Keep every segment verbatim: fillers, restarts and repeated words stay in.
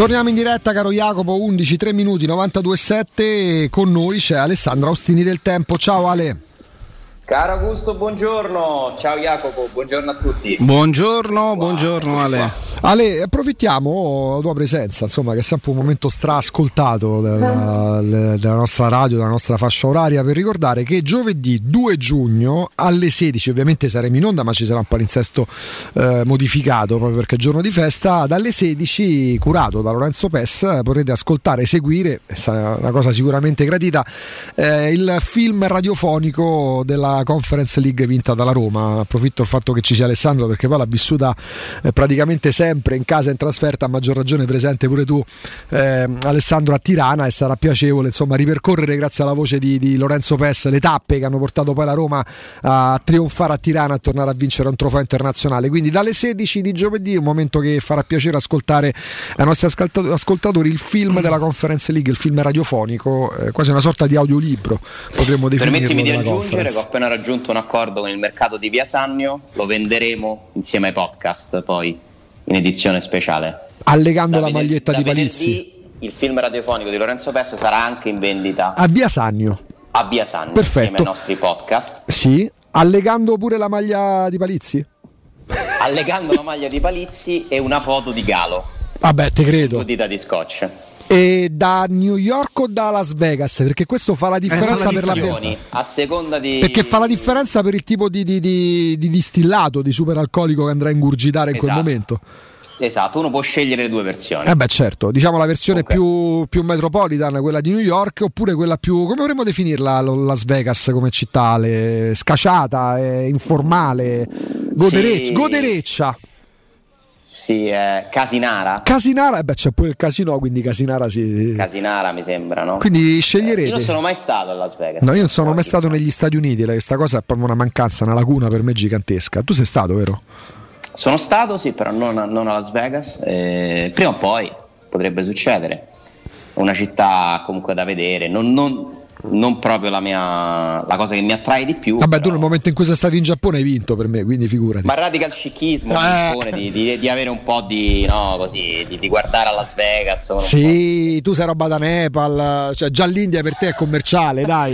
Torniamo in diretta, caro Jacopo, undici, tre minuti, novantadue sette. Con noi c'è Alessandro Austini del Tempo. Ciao Ale. Caro Augusto, buongiorno. Ciao Jacopo, buongiorno a tutti. Buongiorno, buongiorno Ale. Ale, approfittiamo della tua presenza, insomma, che è sempre un momento straascoltato della, della nostra radio, della nostra fascia oraria, per ricordare che giovedì due giugno alle sedici, ovviamente saremo in onda, ma ci sarà un palinsesto eh, modificato proprio perché è giorno di festa. Dalle sedici, curato da Lorenzo Pes, potrete ascoltare e seguire, sarà una cosa sicuramente gradita, eh, il film radiofonico della Conference League vinta dalla Roma. Approfitto del fatto che ci sia Alessandro, perché poi l'ha vissuta eh, praticamente sempre in casa, in trasferta, a maggior ragione presente pure tu, eh, Alessandro, a Tirana, e sarà piacevole insomma ripercorrere, grazie alla voce di, di Lorenzo Pes, le tappe che hanno portato poi la Roma a trionfare a Tirana, a tornare a vincere un trofeo internazionale. Quindi dalle sedici di giovedì, un momento che farà piacere ascoltare ai nostri ascoltatori, il film della Conference League, il film radiofonico, eh, quasi una sorta di audiolibro, potremmo definirlo. Permettimi di aggiungere conference. che ho appena raggiunto un accordo con il mercato di Via Sannio, lo venderemo insieme ai podcast poi in edizione speciale. Allegando da la venerdì, maglietta da di Palizzi. Venerdì, il film radiofonico di Lorenzo Pes sarà anche in vendita a Via Sannio. A Via Sannio, perfetto, insieme ai nostri podcast. Sì, allegando pure la maglia di Palizzi? Allegando la maglia di Palizzi e una foto di Galo. Vabbè, te credo. Con dita di scotch. E da New York o da Las Vegas? Perché questo fa la differenza eh, per la benzina. A seconda di. Perché fa la differenza per il tipo di, di, di, di distillato, di superalcolico che andrà a ingurgitare in esatto. quel momento. Esatto, uno può scegliere le due versioni. Eh beh, certo, diciamo la versione okay. più, più metropolitan, quella di New York, oppure quella più, come dovremmo definirla, Las Vegas come città, le, scaciata, eh, informale, godere- sì. godereccia. Sì, eh, Casinara. Casinara, e beh c'è pure il casino, quindi Casinara sì. Casinara mi sembra, no? Quindi sceglierete. Eh, io non sono mai stato a Las Vegas. No, io non sono mai stato negli Stati Uniti, questa cosa è proprio una mancanza, una lacuna per me gigantesca. Tu sei stato, vero? Sono stato, sì, però non a, non a Las Vegas. Eh, prima o poi potrebbe succedere. Una città comunque da vedere, non, non, non proprio la mia la cosa che mi attrae di più. Vabbè, però... tu nel momento in cui sei stato in Giappone hai vinto per me, quindi figurati. Ma radical scichismo eh. di, di, di avere un po' di no così di, di guardare a Las Vegas. Sì, tu sei roba da Nepal, cioè già l'India per te è commerciale, dai.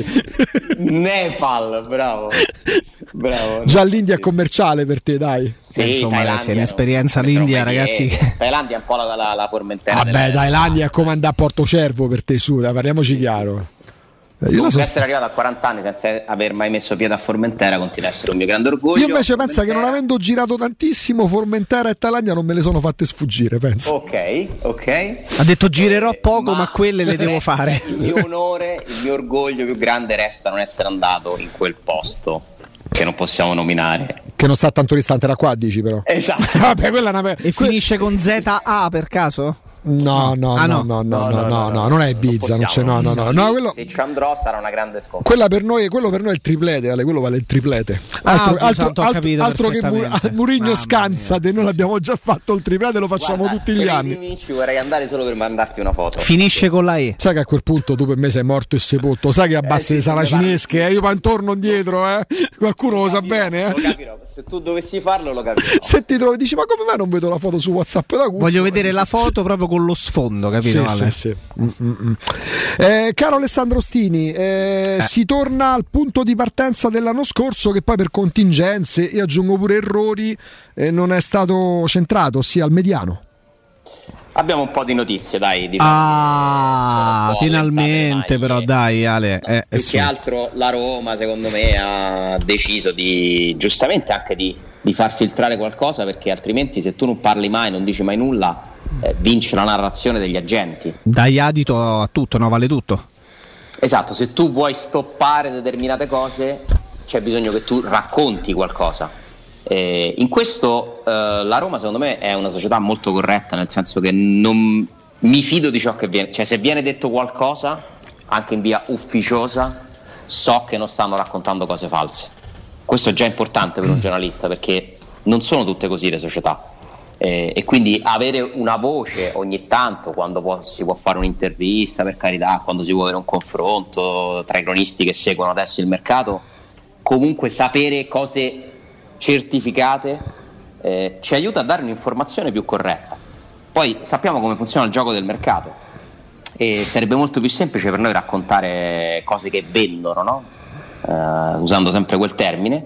Nepal, bravo. Bravo. Già l'India è commerciale per te, dai. Sì, insomma, ragazzi, è un'esperienza no? l'India, ragazzi. Thailandia è un po' la, la, la Formentera. Vabbè, Thailandia è come andare a Porto Cervo per te, su, dai, parliamoci chiaro. Eh, io so essere arrivato a quaranta anni senza aver mai messo piede a Formentera continua a essere un mio grande orgoglio. Io invece penso che non avendo girato tantissimo Formentera e Thailandia non me le sono fatte sfuggire, penso. Ok, ok. Ha detto girerò poco, ma, ma quelle le devo eh, fare. Il mio onore, il mio orgoglio più grande resta non essere andato in quel posto che non possiamo nominare. Che non sta tanto distante da qua, dici però. Esatto. Vabbè, quella è una... E finisce con Z A per caso? No, no, ah, no, no, no, no, no, no, no, non è Ibiza, non, non c'è, no, no, no, no, quello... Se ci andrò sarà una grande sconfitta. Quella per noi, quello per noi è il triplete, Ale, quello vale il triplete. Altro, ah, altro, altro, altro, altro che Mur- Murigno scansate, noi l'abbiamo già fatto il triplete, lo facciamo Guarda, tutti gli anni. Amici, vorrei andare solo per mandarti una foto. Finisce con la E. Sai che a quel punto tu per me sei morto e sepolto, sai che a base eh, di sì, saracinesche, eh, io poi intorno dietro, eh. Qualcuno lo, lo sa capirò, bene, eh. Lo capirò, se tu dovessi farlo lo capirò. Se ti trovi dici "Ma come mai non vedo la foto su WhatsApp da Gusto?" Voglio vedere la foto proprio con lo sfondo, capito? Sì, sì, sì. Mm, mm, mm. Eh, caro Alessandro Ostini, eh, eh. si torna al punto di partenza dell'anno scorso, che poi per contingenze e aggiungo pure errori eh, non è stato centrato, ossia al mediano. Abbiamo un po' di notizie, dai. Di ah, finalmente però, dai Ale. Eh, Più che altro la Roma, secondo me, ha deciso di, giustamente anche di, di far filtrare qualcosa, perché altrimenti se tu non parli mai, non dici mai nulla, eh, vince la narrazione degli agenti. Dai adito a tutto, no? Vale tutto. Esatto, se tu vuoi stoppare determinate cose c'è bisogno che tu racconti qualcosa. Eh, in questo eh, la Roma secondo me è una società molto corretta, nel senso che non mi fido di ciò che viene, cioè se viene detto qualcosa anche in via ufficiosa so che non stanno raccontando cose false. Questo è già importante per un giornalista, perché non sono tutte così le società, eh, e quindi avere una voce ogni tanto, quando può, si può fare un'intervista, per carità, quando si può avere un confronto tra i cronisti che seguono adesso il mercato, comunque sapere cose certificate eh, ci aiuta a dare un'informazione più corretta. Poi sappiamo come funziona il gioco del mercato e sarebbe molto più semplice per noi raccontare cose che vendono, no? Uh, usando sempre quel termine,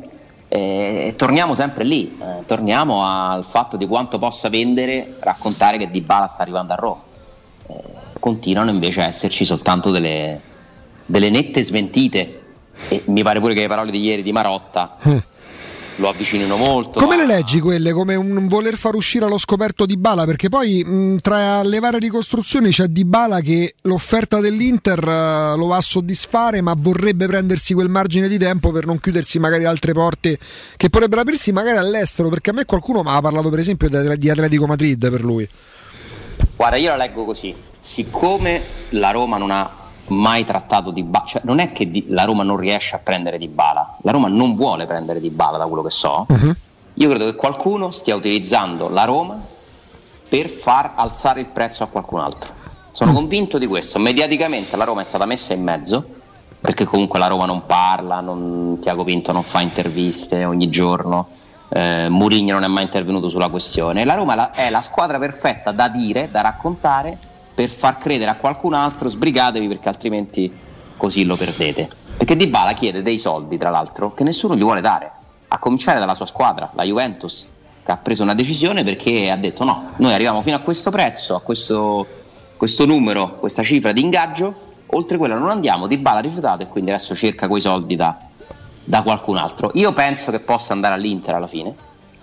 e torniamo sempre lì, eh, torniamo al fatto di quanto possa vendere raccontare che Dybala sta arrivando a Roma. Eh, continuano invece a esserci soltanto delle, delle nette smentite, e mi pare pure che le parole di ieri di Marotta mm. lo avvicinino molto. Come a... le leggi quelle? Come un voler far uscire allo scoperto Dybala? Perché poi mh, tra le varie ricostruzioni c'è Dybala che l'offerta dell'Inter uh, lo va a soddisfare, ma vorrebbe prendersi quel margine di tempo per non chiudersi magari altre porte che potrebbero aprirsi magari all'estero, perché a me qualcuno mi ha parlato per esempio di Atletico Madrid per lui. Guarda, io la leggo così: siccome la Roma non ha mai trattato Dybala, cioè non è che di, la Roma non riesce a prendere Dybala, la Roma non vuole prendere Dybala, da quello che so. Uh-huh. Io credo che qualcuno stia utilizzando la Roma per far alzare il prezzo a qualcun altro. Sono uh-huh. convinto di questo. Mediaticamente la Roma è stata messa in mezzo, perché comunque la Roma non parla, non, Tiago Pinto non fa interviste ogni giorno, eh, Mourinho non è mai intervenuto sulla questione. La Roma è la, è la squadra perfetta da dire, da raccontare, per far credere a qualcun altro: sbrigatevi perché altrimenti così lo perdete. Perché Dybala chiede dei soldi, tra l'altro, che nessuno gli vuole dare, a cominciare dalla sua squadra, la Juventus, che ha preso una decisione perché ha detto no, noi arriviamo fino a questo prezzo, a questo, questo numero, questa cifra di ingaggio, oltre quella non andiamo. Dybala ha rifiutato e quindi adesso cerca quei soldi da, da qualcun altro. Io penso che possa andare all'Inter alla fine,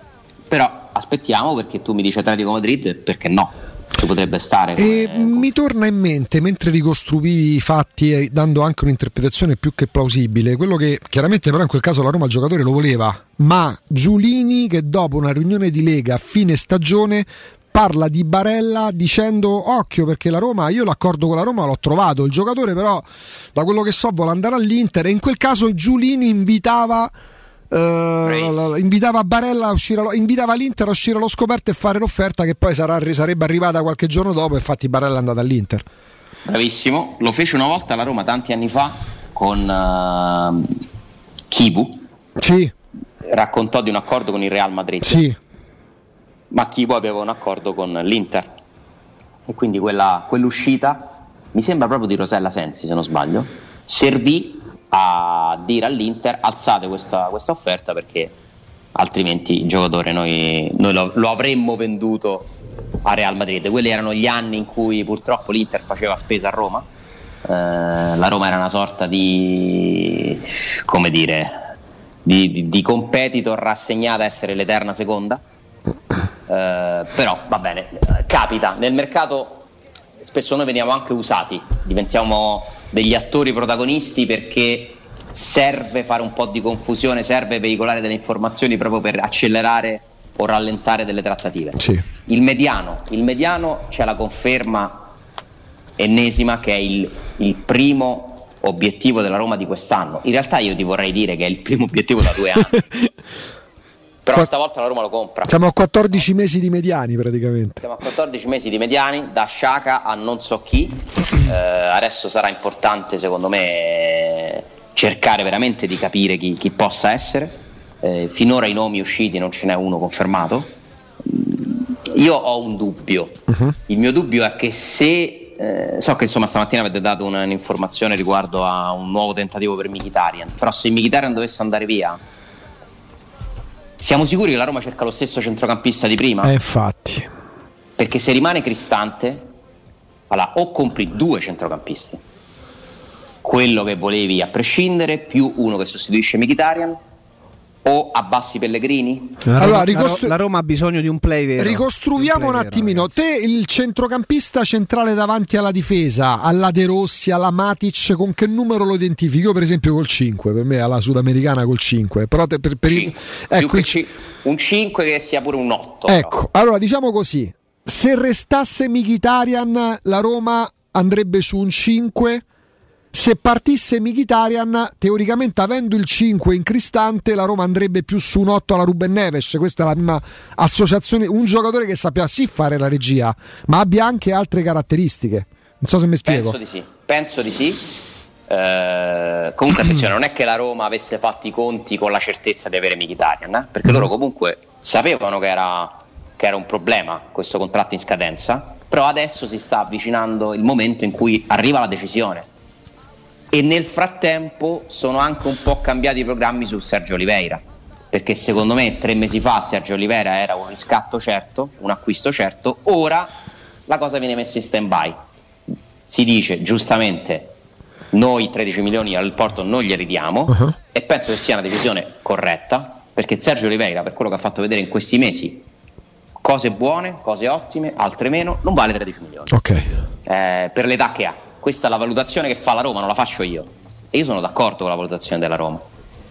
però aspettiamo, perché tu mi dici Atletico Madrid, perché no? Ci potrebbe stare come... E mi torna in mente, mentre ricostruivi i fatti e dando anche un'interpretazione più che plausibile, quello che chiaramente però in quel caso la Roma il giocatore lo voleva, ma Giulini, che dopo una riunione di Lega a fine stagione parla di Barella dicendo occhio perché la Roma, io l'accordo con la Roma l'ho trovato, il giocatore però da quello che so vuole andare all'Inter, e in quel caso Giulini invitava Uh, invitava Barella a uscire, invitava l'Inter a uscire allo scoperto e fare l'offerta, che poi sarà, sarebbe arrivata qualche giorno dopo, e infatti Barella è andata all'Inter. Bravissimo, lo fece una volta la Roma tanti anni fa con uh, Kivu. Sì. Raccontò di un accordo con il Real Madrid. Sì. Ma Kivu aveva un accordo con l'Inter, e quindi quella, quell'uscita, mi sembra proprio di Rosella Sensi se non sbaglio, servì a dire all'Inter: alzate questa, questa offerta perché altrimenti il giocatore noi, noi lo, lo avremmo venduto a Real Madrid. Quelli erano gli anni in cui purtroppo l'Inter faceva spesa a Roma, eh, la Roma era una sorta di, come dire, di, di, di competitor rassegnata a essere l'eterna seconda, eh, però va bene, capita nel mercato, spesso noi veniamo anche usati, diventiamo degli attori protagonisti perché serve fare un po' di confusione, serve veicolare delle informazioni proprio per accelerare o rallentare delle trattative. Sì. Il mediano, il mediano c'è la conferma ennesima che è il, il primo obiettivo della Roma di quest'anno. In realtà io ti vorrei dire che è il primo obiettivo da due anni. Però stavolta la Roma lo compra. Siamo a quattordici mesi di mediani praticamente. Siamo a quattordici mesi di mediani, da Sciacca a non so chi. Eh, adesso sarà importante secondo me cercare veramente di capire chi, chi possa essere. Eh, finora i nomi usciti non ce n'è uno confermato. Io ho un dubbio. Uh-huh. Il mio dubbio è che se eh, so che insomma stamattina avete dato una, un'informazione riguardo a un nuovo tentativo per Mkhitaryan, però se Mkhitaryan dovesse andare via, siamo sicuri che la Roma cerca lo stesso centrocampista di prima? Eh, infatti. Perché se rimane Cristante, allora, o compri due centrocampisti, quello che volevi a prescindere, più uno che sostituisce Mkhitaryan, o abbassi Pellegrini? La Roma, allora, ricostru- la Roma ha bisogno di un play vero. Ricostruiamo un, play un attimino. Vero, te il centrocampista centrale davanti alla difesa, alla De Rossi, alla Matic, con che numero lo identifichi? Io per esempio col cinque, per me alla sudamericana col cinque. Però te, per, per cinque. Il, ecco, il, c- un cinque che sia pure un otto. Ecco, però. Allora diciamo così, se restasse Mkhitaryan la Roma andrebbe su un cinque. Se partisse Mkhitaryan, teoricamente avendo il cinque in Cristante, la Roma andrebbe più su un otto alla Ruben Neves. Questa è la prima associazione, un giocatore che sappia sì fare la regia, ma abbia anche altre caratteristiche. Non so se mi spiego. Penso di sì, penso di sì. Eh, comunque attenzione, non è che la Roma avesse fatto i conti con la certezza di avere Mkhitaryan, eh? Perché loro comunque sapevano che era che era un problema questo contratto in scadenza, però adesso si sta avvicinando il momento in cui arriva la decisione e nel frattempo sono anche un po' cambiati i programmi su Sergio Oliveira, perché secondo me tre mesi fa Sergio Oliveira era un riscatto certo, un acquisto certo, ora la cosa viene messa in stand by, si dice giustamente noi tredici milioni al Porto non glieli diamo, uh-huh. e penso che sia una decisione corretta, perché Sergio Oliveira, per quello che ha fatto vedere in questi mesi, cose buone, cose ottime, altre meno, non vale tredici milioni, okay. eh, per l'età che ha. Questa è la valutazione che fa la Roma, non la faccio io, e io sono d'accordo con la valutazione della Roma,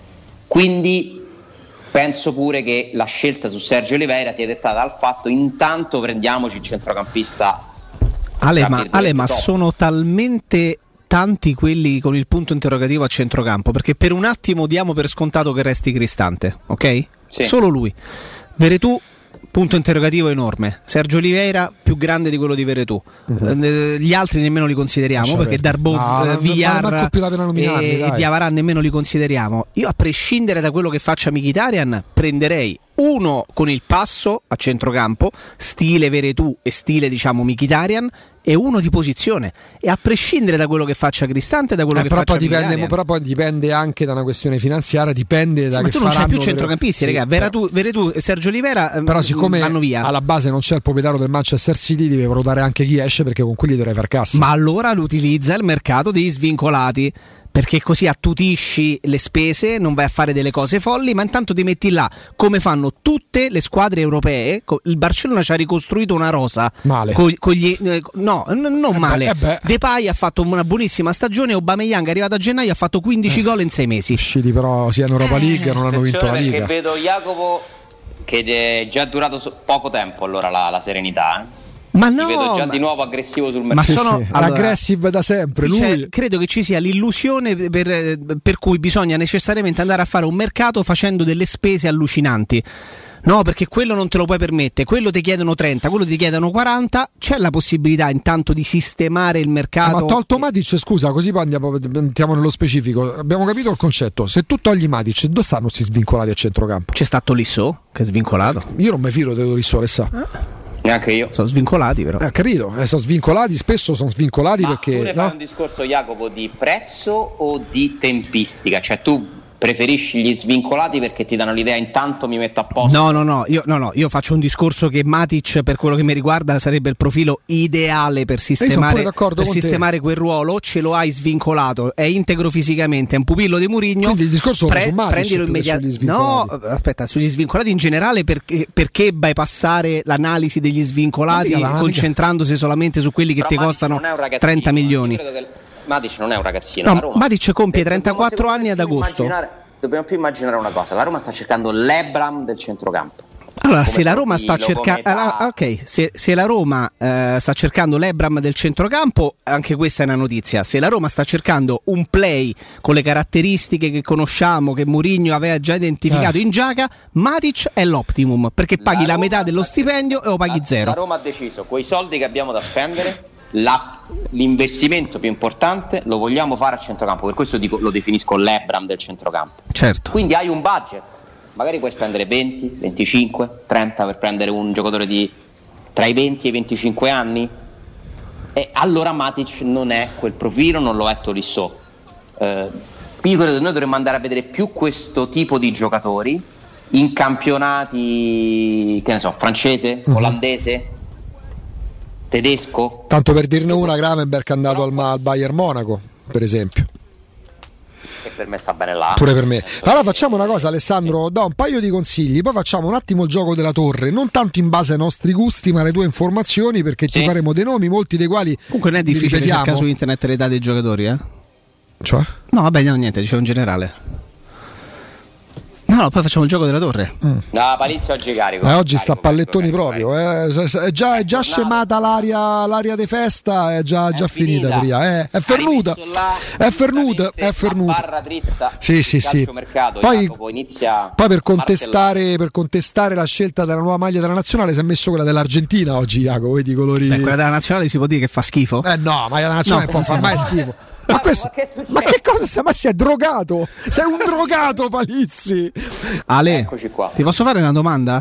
quindi penso pure che la scelta su Sergio Oliveira sia dettata dal fatto intanto prendiamoci il centrocampista. Ale, ma, Ale, ma sono talmente tanti quelli con il punto interrogativo a centrocampo, perché per un attimo diamo per scontato che resti Cristante, ok? Sì. Solo lui. Veretù, punto interrogativo enorme. Sergio Oliveira più grande di quello di Veretù. Uh-huh. Gli altri nemmeno li consideriamo, perché Darboe, no, uh, Villar e, e Diawara nemmeno li consideriamo. Io, a prescindere da quello che faccia Mkhitaryan, prenderei uno con il passo a centrocampo, stile Veretù e stile diciamo Mkhitaryan, e uno di posizione, e a prescindere da quello che faccia Cristante, da quello eh, che però faccia poi dipende, Mkhitaryan. Però poi dipende anche da una questione finanziaria, dipende da sì, che ma tu non c'hai più centrocampisti, per... raga. sì, Veretù, Veretù e Sergio Oliveira però siccome vanno via. Alla base non c'è il proprietario del Manchester City, deve valutare anche chi esce, perché con quelli dovrai far cassa. Ma allora utilizza il mercato dei svincolati, perché così attutisci le spese, non vai a fare delle cose folli, ma intanto ti metti là come fanno tutte le squadre europee. Il Barcellona ci ha ricostruito una rosa male con, con gli, eh, no, n- non eh male beh, eh Depay ha fatto una buonissima stagione, Aubameyang è arrivato a gennaio, ha fatto quindici eh. gol in sei mesi, usciti però sia in Europa League, non hanno vinto la Liga. Perché vedo Jacopo che è già durato so- poco tempo allora la, la serenità, eh? Ma no, ti vedo già ma... di nuovo aggressivo sul ma mercato. sono sì, sì. allora, aggressive da sempre lui. Credo che ci sia l'illusione per, per cui bisogna necessariamente andare a fare un mercato facendo delle spese allucinanti. No, perché quello non te lo puoi permettere, quello ti chiedono trenta, quello ti chiedono quaranta, c'è la possibilità intanto di sistemare il mercato. Eh, ma tolto Matic, scusa, così poi andiamo, andiamo nello specifico. Abbiamo capito il concetto. Se tu togli Matic, dove stanno questi svincolati a centrocampo? C'è stato Tolisso che è svincolato. Io non mi fido di Tolisso, Alessà. Eh. Neanche io. Sono svincolati però. Eh, capito, eh, sono svincolati, spesso sono svincolati. Ma perché tu ne no? fai un discorso, Jacopo, di prezzo o di tempistica? Cioè tu preferisci gli svincolati perché ti danno l'idea intanto mi metto a posto? No, no, no, io, no, no, io faccio un discorso che Matic, per quello che mi riguarda, sarebbe il profilo ideale per sistemare, per sistemare quel ruolo. Ce lo hai svincolato, è integro fisicamente, è un pupillo di Mourinho. Quindi il discorso pre- su Matic, prendilo immediatamente. No, aspetta, sugli svincolati in generale, perché, perché bypassare l'analisi degli svincolati mica, concentrandosi mica. solamente su quelli che Però ti Matic costano trenta milioni. Io credo che Matic non è un ragazzino. No, Matic compie trentaquattro anni ad agosto. Dobbiamo più immaginare una cosa: la Roma sta cercando l'Ebram del centrocampo. Allora, se la Roma sta cercando, allora, ok, se, se la Roma eh, sta cercando l'Ebram del centrocampo, anche questa è una notizia. Se la Roma sta cercando un play con le caratteristiche che conosciamo, che Mourinho aveva già identificato eh. in Giaca, Matic è l'optimum, perché paghi la, la metà dello stipendio e lo paghi la, zero. La Roma ha deciso, quei soldi che abbiamo da spendere, La, l'investimento più importante lo vogliamo fare a centrocampo, per questo dico, lo definisco l'Ebram del centrocampo. Certo. Quindi hai un budget, magari puoi spendere venti, venticinque, trenta per prendere un giocatore di tra i venti e i venticinque anni, e allora Matic non è quel profilo, non lo è Tolisso. Eh, io credo che noi dovremmo andare a vedere più questo tipo di giocatori in campionati, che ne so, francese, mm-hmm. olandese, tedesco. Tanto per dirne una, Gravenberg è andato al, al Bayern Monaco, per esempio, e per me sta bene là. Pure per me. Allora facciamo una cosa, Alessandro, do un paio di consigli, poi facciamo un attimo il gioco della torre, non tanto in base ai nostri gusti ma alle tue informazioni, perché sì. ci faremo dei nomi, molti dei quali comunque non è difficile cercare su internet l'età dei giocatori, eh? Cioè? No, vabbè, no, niente, dicevo in generale. No, no, poi facciamo il gioco della torre. Mm. No, Palizio oggi carico. Eh, oggi carico, sta a pallettoni carico, proprio. carico. Eh. È già, è già scemata l'aria, l'aria di festa, è già, è già finita. finita eh. È fernuta. È fernuta. È fernuta. Barra dritta. Sì, sì, sì. Mercato, poi, Jacopo, inizia poi per contestare, per contestare la scelta della nuova maglia della nazionale si è messo quella dell'Argentina oggi, Jacopo. Vedi i colori. Beh, quella della nazionale si può dire che fa schifo? Eh no, maglia della nazionale no, non può fare mai schifo. Ma, questo, ma, che ma che cosa? Ma si è drogato? Sei un drogato, Palizzi. Ale, ti posso fare una domanda?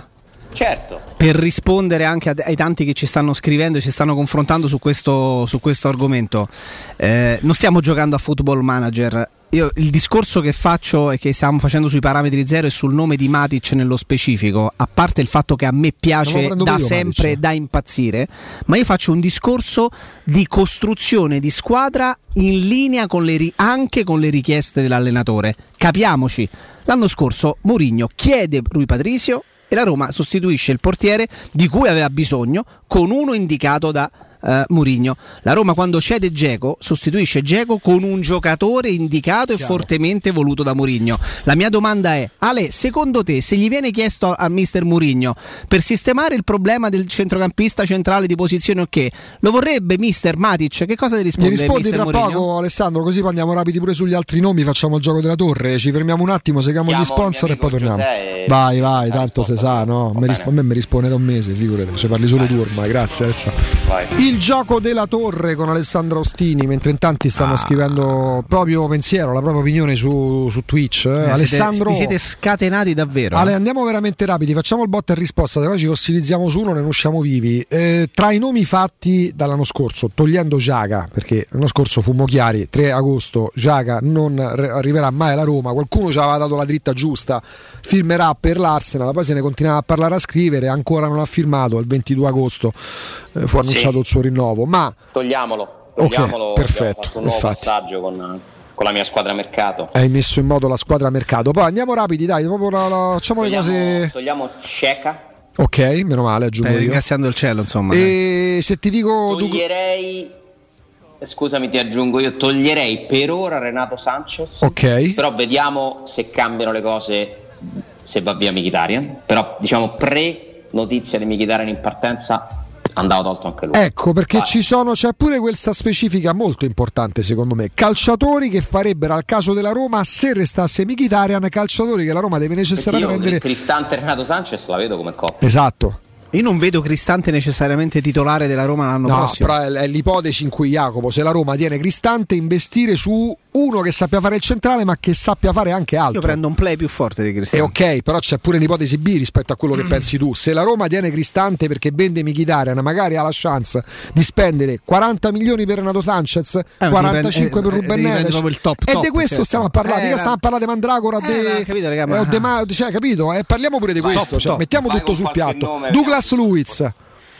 Certo. Per rispondere anche ai tanti che ci stanno scrivendo e ci stanno confrontando su questo, su questo argomento, eh, non stiamo giocando a Football Manager. Io il discorso che faccio e che stiamo facendo sui parametri zero e sul nome di Matic nello specifico, a parte il fatto che a me piace da sempre, Matic, da impazzire, ma io faccio un discorso di costruzione di squadra in linea con le ri- anche con le richieste dell'allenatore. Capiamoci, l'anno scorso Mourinho chiede Rui Patricio e la Roma sostituisce il portiere di cui aveva bisogno con uno indicato da Uh, Mourinho. La Roma quando cede Dzeko sostituisce Dzeko con un giocatore indicato e fortemente voluto da Mourinho. La mia domanda è: Ale, secondo te se gli viene chiesto a mister Mourinho per sistemare il problema del centrocampista centrale di posizione, ok, lo vorrebbe mister Matic? Che cosa ti risponde? Mi rispondi tra Mourinho? Poco, Alessandro, così andiamo rapidi pure sugli altri nomi, facciamo il gioco della torre, ci fermiamo un attimo, seguiamo gli sponsor e poi torniamo. Giuseppe, vai vai, tanto se sa, no? Me risp- a me mi risponde da un mese, figurati, ci parli solo tu ormai, grazie Alessandro. Vai. Il gioco della torre con Alessandro Ostini, mentre in tanti stanno ah. scrivendo proprio pensiero, la propria opinione su, su Twitch. Eh, eh, Alessandro, siete, siete scatenati davvero. Ale, andiamo veramente rapidi, facciamo il botta e risposta, se no ci fossilizziamo su uno, ne usciamo vivi. Eh, tra i nomi fatti dall'anno scorso, togliendo Giaga, perché l'anno scorso fummo chiari, tre agosto Giaga non arriverà mai alla Roma, qualcuno ci aveva dato la dritta giusta, firmerà per l'Arsenal, poi se ne continuava a parlare, a scrivere, ancora non ha firmato, il ventidue agosto eh, fu annunciato sì. il suo rinnovo, ma togliamolo, togliamolo, okay, perfetto, fatto un nuovo infatti. passaggio con, con la mia squadra mercato. Hai messo in modo la squadra mercato, poi andiamo rapidi, dai, proprio la, la, facciamo togliamo, le cose. Togliamo Ceca. Ok, meno male, aggiungo io. Ringraziando il cielo, insomma. E se ti dico toglierei scusami, ti aggiungo io, toglierei per ora Renato Sanchez. Ok. Però vediamo se cambiano le cose, se va via Mkhitaryan. Però diciamo pre notizia di Mkhitaryan in partenza andava tolto anche lui. Ecco perché Vai. ci sono, c'è pure questa specifica molto importante secondo me, calciatori che farebbero al caso della Roma se restasse Mkhitaryan, calciatori che la Roma deve necessariamente prendere. Cristante e Renato Sanchez la vedo come coppia. Esatto. Io non vedo Cristante necessariamente titolare della Roma l'anno no, prossimo. Però è, è l'ipotesi in cui Jacopo, se la Roma tiene Cristante, investire su uno che sappia fare il centrale ma che sappia fare anche altro. Io prendo un play più forte di Cristante. E ok, però c'è pure l'ipotesi B rispetto a quello che mm. pensi tu. Se la Roma tiene Cristante perché vende Mkhitaryan, magari ha la chance di spendere quaranta milioni per Renato Sanchez, eh, quarantacinque dipende, per Ruben Neves. E di questo certo. stiamo a parlare. Eh, Mica stiamo a parlare di Mandragora, eh, de, capito, raga, eh, de Ma, cioè, capito? Eh, parliamo pure di top, questo. Top, cioè, top. mettiamo Vai tutto sul piatto. Nome, Douglas Luiz.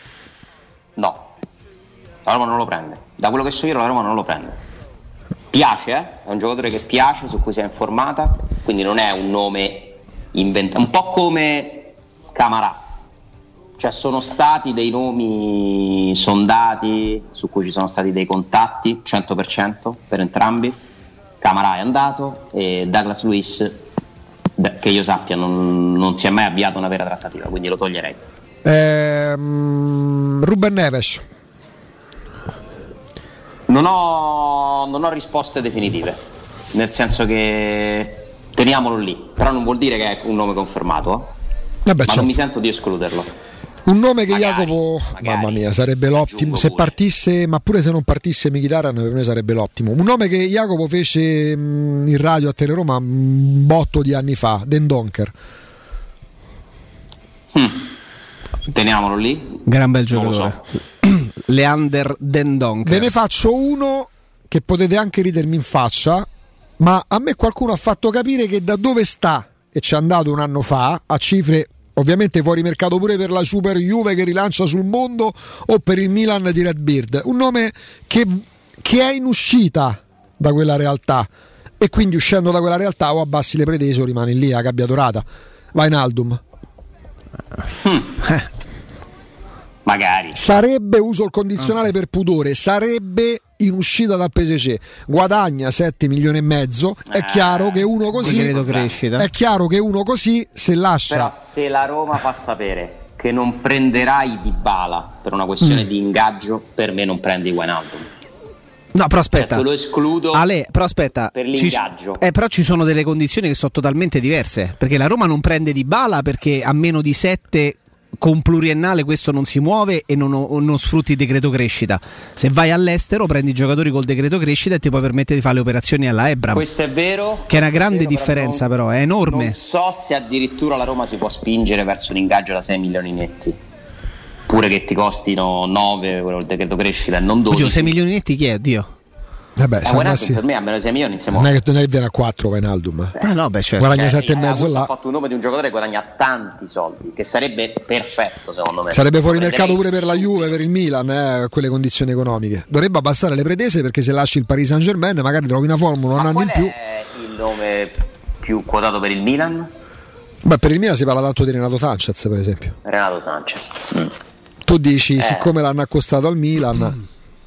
No, la Roma non lo prende. Da quello che so io la Roma non lo prende. Piace, eh? È un giocatore che piace, su cui si è informata, quindi non è un nome inventato. Un po' come Camarà. Cioè sono stati dei nomi sondati, su cui ci sono stati dei contatti, cento per cento per entrambi. Camarà è andato e Douglas Luiz, che io sappia, non, non si è mai avviato una vera trattativa, quindi lo toglierei. Ehm, Ruben Neves. Non ho, non ho risposte definitive, nel senso che teniamolo lì, però non vuol dire che è un nome confermato, eh? Vabbè, ma certo. Non mi sento di escluderlo. Un nome che magari, Jacopo, magari, mamma mia, sarebbe l'ottimo se pure. partisse, ma pure se non partisse Mkhitaryan per me sarebbe l'ottimo. Un nome che Jacopo fece mh, in radio a Teleroma un botto di anni fa, Dendonker. Hmm. Teniamolo lì. Gran bel giocatore. So. Leander Dendonker. Ve ne faccio uno che potete anche ridermi in faccia, ma a me qualcuno ha fatto capire che da dove sta, e ci è andato un anno fa, a cifre ovviamente fuori mercato pure per la Super Juve che rilancia sul mondo o per il Milan di Redbeard, un nome che, che è in uscita da quella realtà e quindi uscendo da quella realtà o abbassi le pretese o rimani lì a gabbia dorata. Wijnaldum. Hmm. Magari sarebbe, uso il condizionale per pudore, sarebbe in uscita dal P S G, guadagna sette milioni e mezzo, è chiaro che uno così è chiaro che uno così se lascia. Però se la Roma fa sapere che non prenderai Dybala per una questione mm. di ingaggio, per me non prendi Wijnaldum. No, però aspetta, certo, lo escludo. Ale, però aspetta, per l'ingaggio. Ci, eh, però ci sono delle condizioni che sono totalmente diverse, perché la Roma non prende Dybala perché a meno di sette con pluriennale questo non si muove e non, non sfrutti il decreto crescita. Se vai all'estero prendi i giocatori col decreto crescita e ti puoi permettere di fare le operazioni alla Ebram. Questo è vero. Che è una grande vero, differenza, però, non, però è enorme. Non so se addirittura la Roma si può spingere verso un ingaggio da sei milioni netti. Pure che ti costino nove quello il decreto crescita e non dodici. Oddio, sei milioni netti chi è? Dio. Vabbè, eh, sì. Per me a meno sei milioni siamo... non è che non è viene a quattro Wijnaldum. Eh, no, beh, certo. Guadagna cioè, sette e mezzo là. Ha fatto un nome di un giocatore che guadagna tanti soldi, che sarebbe perfetto secondo me. Sarebbe fuori mercato pure per la Juve, per il Milan, eh, a quelle condizioni economiche. Dovrebbe abbassare le pretese, perché se lasci il Paris Saint-Germain magari trovi una formula un Ma anno in più. Qual è il nome più quotato per il Milan? Beh, per il Milan si parla tanto di Renato Sanchez, per esempio. Renato Sanchez. Mm. Tu dici, eh. siccome l'hanno accostato al Milan... Mm.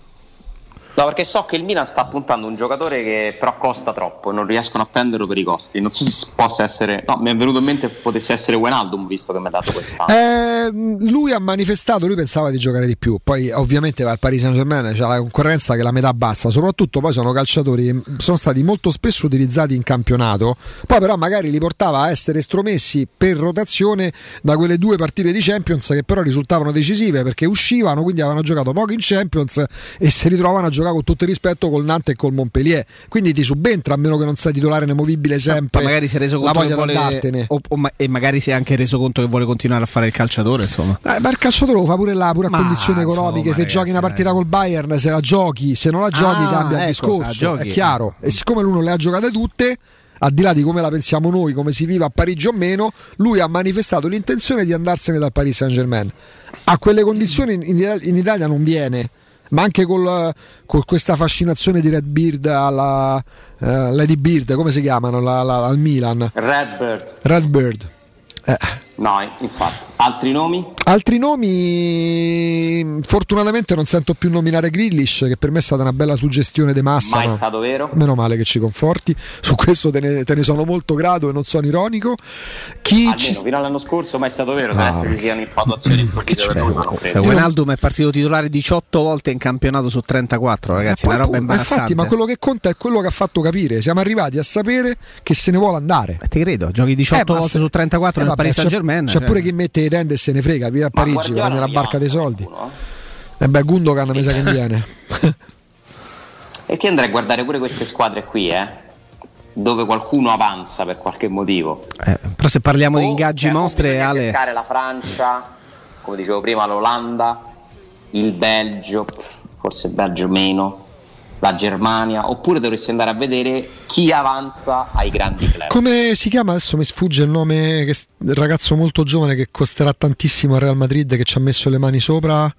No, perché so che il Milan sta puntando un giocatore che però costa troppo, non riescono a prenderlo per i costi. Non so se possa essere. No, mi è venuto in mente che potesse essere Wijnaldum, visto che mi ha dato quest'anno. Eh, lui ha manifestato, lui pensava di giocare di più. Poi ovviamente va al Paris Saint-Germain, c'è la concorrenza che è la metà bassa. Soprattutto poi sono calciatori che sono stati molto spesso utilizzati in campionato. Poi però magari li portava a essere estromessi per rotazione da quelle due partite di Champions, che però risultavano decisive perché uscivano, quindi avevano giocato poco in Champions e si ritrovano a giocare con tutto il rispetto col Nantes e col Montpellier, quindi ti subentra, a meno che non sei titolare inamovibile sempre, ma magari si è reso la conto voglia che di vuole, andartene o, o, e magari si è anche reso conto che vuole continuare a fare il calciatore, insomma. Eh, ma il calciatore lo fa pure là, pure a ma, condizioni economiche, insomma, se ragazzi, giochi una partita eh. col Bayern, se la giochi, se non la giochi ah, cambia il ecco, discorso, è chiaro, e siccome lui non le ha giocate tutte, al di là di come la pensiamo noi, come si vive a Parigi o meno, lui ha manifestato l'intenzione di andarsene dal Paris Saint-Germain. A quelle condizioni in Italia, in Italia non viene, ma anche col, con questa fascinazione di Redbeard alla uh, Lady Bird, come si chiamano la, la, al Milan? Redbird. Redbird. Eh. No, infatti. Altri nomi? Altri nomi, fortunatamente non sento più nominare Grealish, che per me è stata una bella suggestione di massa. Mai no? stato vero? Meno male che ci conforti, su questo te ne, te ne sono molto grato e non sono ironico. Chi Almeno ci... fino all'anno scorso mai stato vero, ah, adesso ci siano infatuazioni improvvise per lui, ma non credo. Wijnaldum è partito titolare diciotto volte in campionato su trentaquattro, ragazzi, una roba imbarazzante. Infatti, ma quello che conta è quello che ha fatto capire. Siamo arrivati a sapere che se ne vuole andare. Eh, ti credo, giochi diciotto eh, volte se... su trentaquattro eh, nel vabbè, Paris Saint-Germain. C'è, cioè... c'è pure chi mette i tende e se ne frega, via a Parigi, va nella barca dei soldi. E eh beh, Gundogan mi sa che viene. E che andrei a guardare pure queste squadre qui, eh? Dove qualcuno avanza per qualche motivo. Eh, però se parliamo o, di ingaggi cioè, mostre, Ale, cercare la Francia, come dicevo prima, l'Olanda, il Belgio, forse il Belgio meno, la Germania, oppure dovresti andare a vedere chi avanza ai grandi club. Come si chiama? Adesso mi sfugge il nome, che, il ragazzo molto giovane che costerà tantissimo al Real Madrid, che ci ha messo le mani sopra.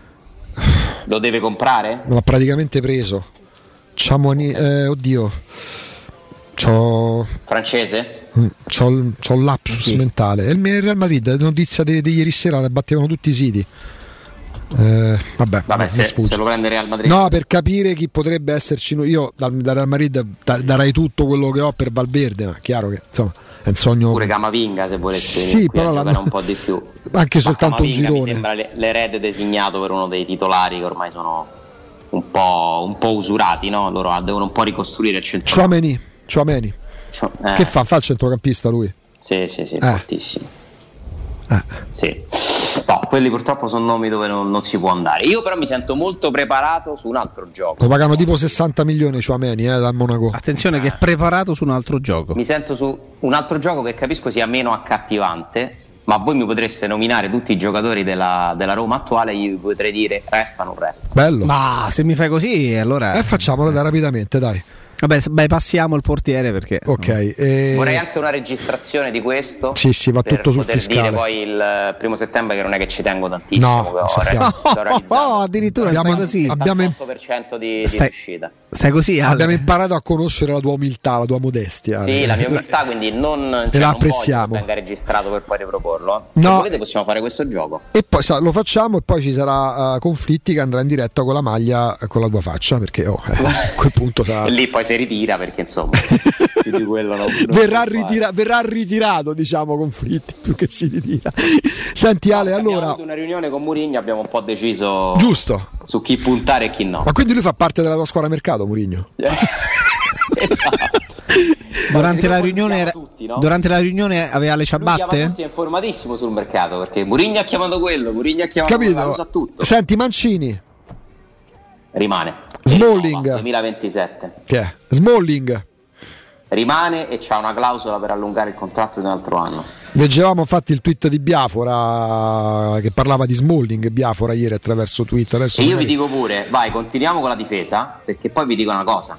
Lo deve comprare? L'ha praticamente preso. Ciamoni, eh, oddio. C'ho... Francese? C'ho, c'ho un lapsus sì. mentale. È il Real Madrid, notizia di, di ieri sera, le battevano tutti i siti. Eh, vabbè, vabbè se, se lo prende Real Madrid. No, per capire chi potrebbe esserci. Io dal, dal Real Madrid darei tutto quello che ho per Valverde, ma chiaro che insomma è un sogno. Pure Camavinga se volesse sì, però giocare un po' di più. Anche ma soltanto Camavinga un girone. Mi sembra l'erede designato per uno dei titolari che ormai sono un po', un po' usurati, no? Loro devono un po' ricostruire il centro. Chouameni, Chouameni. Eh. Che fa? Fa il centrocampista lui? Sì, sì, sì, eh. fortissimo. Eh. Sì. No, quelli purtroppo sono nomi dove non, non si può andare. Io però mi sento molto preparato su un altro gioco. Lo pagano tipo sessanta milioni Chouameni eh, dal Monaco. Attenzione che è preparato su un altro gioco. Mi sento su un altro gioco che capisco sia meno accattivante, ma voi mi potreste nominare tutti i giocatori della, della Roma attuale, io vi potrei dire resta o non resta. Bello. Ma se mi fai così allora... Eh facciamolo dai, rapidamente dai. Vabbè, beh, passiamo il portiere perché ok. E... vorrei anche una registrazione di questo. Sì, sì, va tutto sul fiscale. Per dire poi il primo settembre che non è che ci tengo tantissimo. No, che ho, no, oh, addirittura abbiamo, stai così. Abbiamo ottantotto per cento di, stai, di riuscita. Stai così, Ale. Abbiamo imparato a conoscere la tua umiltà, la tua modestia. Sì, la mia umiltà, quindi non, cioè, la non apprezziamo. Voglio che venga registrato per poi riproporlo. No. Se volete possiamo fare questo gioco. E poi sa, lo facciamo e poi ci sarà uh, Conflitti che andrà in diretta con la maglia con la tua faccia, perché oh, eh, a quel punto sarà... lì poi si ritira perché insomma più di quello non, non verrà, ritira- verrà ritirato, diciamo, Conflitti più che si ritira. Senti Ale, no, allora abbiamo avuto una riunione con Mourinho, abbiamo un po' deciso giusto su chi puntare e chi no. Ma quindi lui fa parte della tua squadra mercato, Mourinho? Esatto. Durante la, riunione era, tutti, no? durante la riunione aveva le ciabatte? Tutti, è informatissimo sul mercato perché Mourinho ha chiamato quello, Mourinho ha chiamato quello, sa tutto. Senti, Mancini rimane. Smalling duemilaventisette. Che è? Smalling rimane e c'ha una clausola per allungare il contratto di un altro anno. Leggevamo infatti il tweet di Biafora che parlava di Smalling, Biafora ieri attraverso Twitter. Adesso e io magari... vi dico pure, vai, continuiamo con la difesa, perché poi vi dico una cosa.